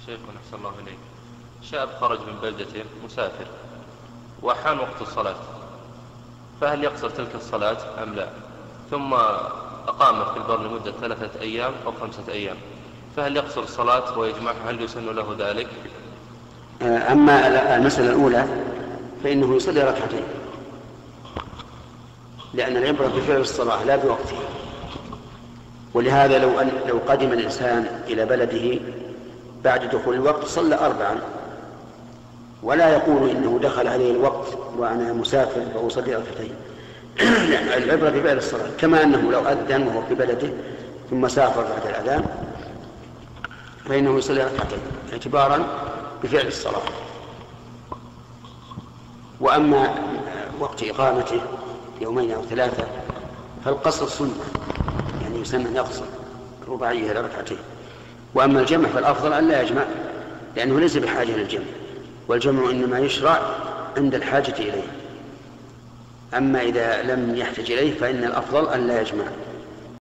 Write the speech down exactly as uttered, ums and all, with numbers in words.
شيخ أحسن الله إليك، شاب خرج من بلدته مسافر وحان وقت الصلاة، فهل يقصر تلك الصلاة أم لا؟ ثم أقام في البر لمدة ثلاثة أيام أو خمسة أيام، فهل يقصر الصلاة ويجمعها؟ هل يسن له ذلك؟ أما المسألة الأولى فإنه يصلي ركعتين، لأن العبرة بفعل الصلاة لا بوقتها. ولهذا لو أن لو قدم الإنسان إلى بلده بعد دخول الوقت صلى أربعا، ولا يقول إنه دخل عليه الوقت وأنا مسافر فأصلي ركعتين. العبرة بفعل الصلاة، كما أنه لو أذن وهو في بلده ثم سافر بعد الأذان فإنه يصلي ركعتين اعتبارا بفعل الصلاة. وأما وقت إقامته يومين أو ثلاثة فالقصر سنة، يعني يسمى أن يقصر رباعية إلى ركعتين. وأما الجمع فالأفضل أن لا يجمع، لأنه ليس بحاجة للجمع، والجمع إنما يشرع عند الحاجة إليه. أما إذا لم يحتج إليه فإن الأفضل أن لا يجمع.